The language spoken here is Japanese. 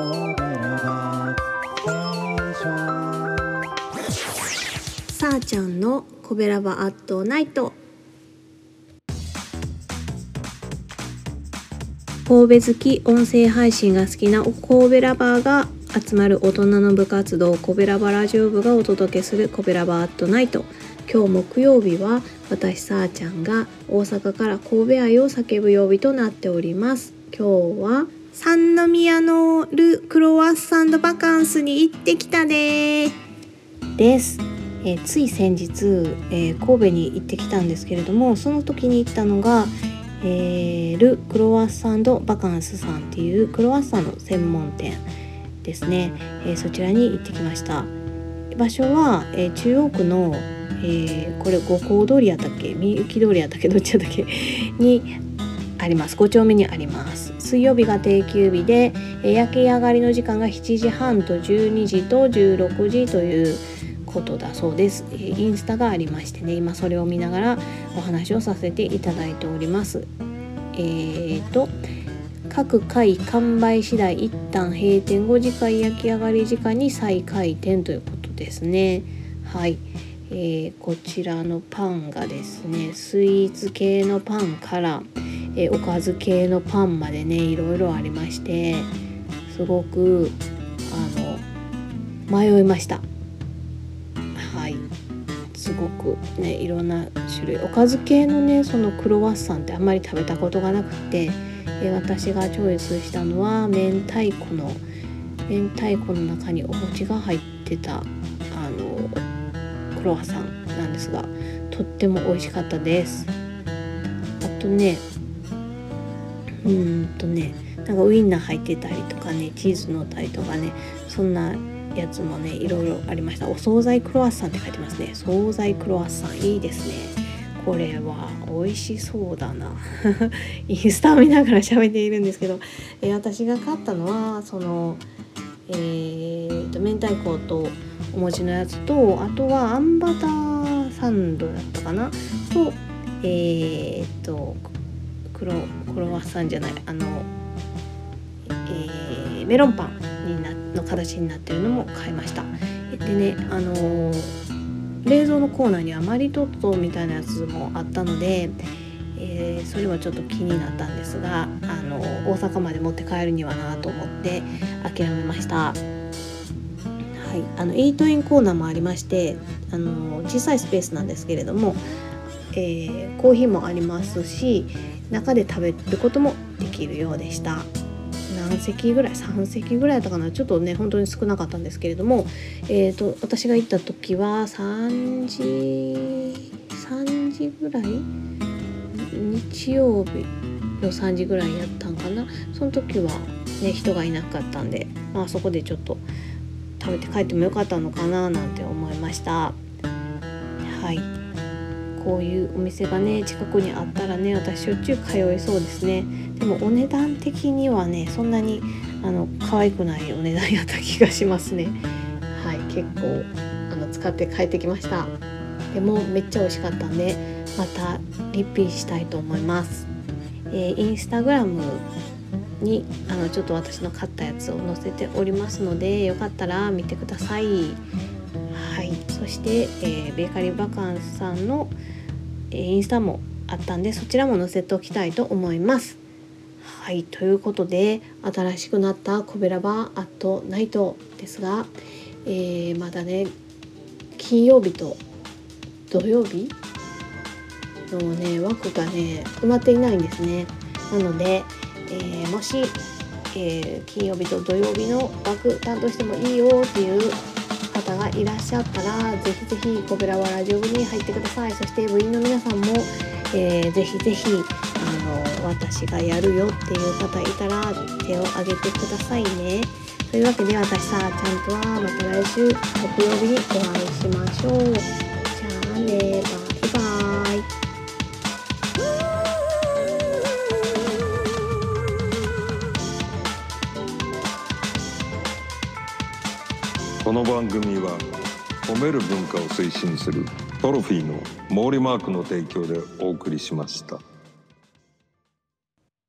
さあちゃんのコベラバアットナイト。神戸好き、音声配信が好きな神戸ラバーが集まる大人の部活動、コベラバラジオ部がお届けするコベラバアットナイト。今日木曜日は私さあちゃんが大阪から神戸愛を叫ぶ曜日となっております。今日は三宮のル・クロワッサンドバカンスに行ってきたです。つい先日、神戸に行ってきたんですけれども、その時に行ったのが、ル・クロワッサンドバカンスさんっていうクロワッサンの専門店ですね。そちらに行ってきました。場所は、中央区の、これ五甲通りやったっけ、みゆき通りやったっけ、どっちやったっけにあります。5丁目にあります。水曜日が定休日で、焼き上がりの時間が7時半と12時と16時ということだそうです。インスタがありましてね、今それを見ながらお話をさせていただいております。各回完売次第一旦閉店後、次回焼き上がり時間に再開店ということですね。はい、こちらのパンがですね、スイーツ系のパンから、おかず系のパンまでね、いろいろありまして、すごく迷いました。はい、すごくね、いろんな種類、おかず系のね、そのクロワッサンってあんまり食べたことがなくて、私がチョイスしたのは明太子の中にお餅が入ってたクロワッサンなんですが、とっても美味しかったです。あとね、なんかウインナー入ってたりとかね、チーズのったりとかね、そんなやつもね、いろいろありました。お惣菜クロワッサンって書いてますね。惣菜クロワッサンいいですね。これは美味しそうだなインスタを見ながら喋っているんですけど、私が買ったのはその、明太子とお餅のやつと、あとはあんバターサンドだったかなと、クロワッサンじゃない、メロンパンの形になってるのも買いました。でね、冷蔵のコーナーにはマリトッツォみたいなやつもあったので、それはちょっと気になったんですが、大阪まで持って帰るにはなと思って諦めました。はい、イートインコーナーもありまして、小さいスペースなんですけれども、コーヒーもありますし、中で食べることもできるようでした。何席ぐらい、3席ぐらいだったかな、ちょっとね本当に少なかったんですけれども、私が行った時は3時ぐらい、日曜日の3時ぐらいやったんかな。その時はね人がいなかったんで、そこでちょっと食べて帰ってもよかったのかななんて思いました。はい、こういうお店がね近くにあったらね、私しょっちゅう通いそうですね。でもお値段的にはね、そんなに可愛くないお値段やった気がしますね。はい、結構使って帰ってきました。でもめっちゃ美味しかったんで、またリピしたいと思います。インスタグラムにちょっと私の買ったやつを載せておりますので、よかったら見てください。はい、そして、ベーカリーバカンスさんの、インスタもあったんで、そちらも載せておきたいと思います。はい、ということで新しくなったコベラバアットナイトですが、まだね金曜日と土曜日のね枠がね埋まっていないんですね。なので、もし、金曜日と土曜日の枠担当してもいいよっていう方がいらっしゃったら、ぜひぜひコベラバラジオ部に入ってください。そして部員の皆さんも、ぜひぜひ私がやるよっていう方いたら手を挙げてくださいね。というわけで、私さあちゃんとはまた来週木曜日にお会いしましょう。じゃあね、バイバイ。 この番組は褒める文化を推進するトロフィーの毛利マークの提供でお送りしました。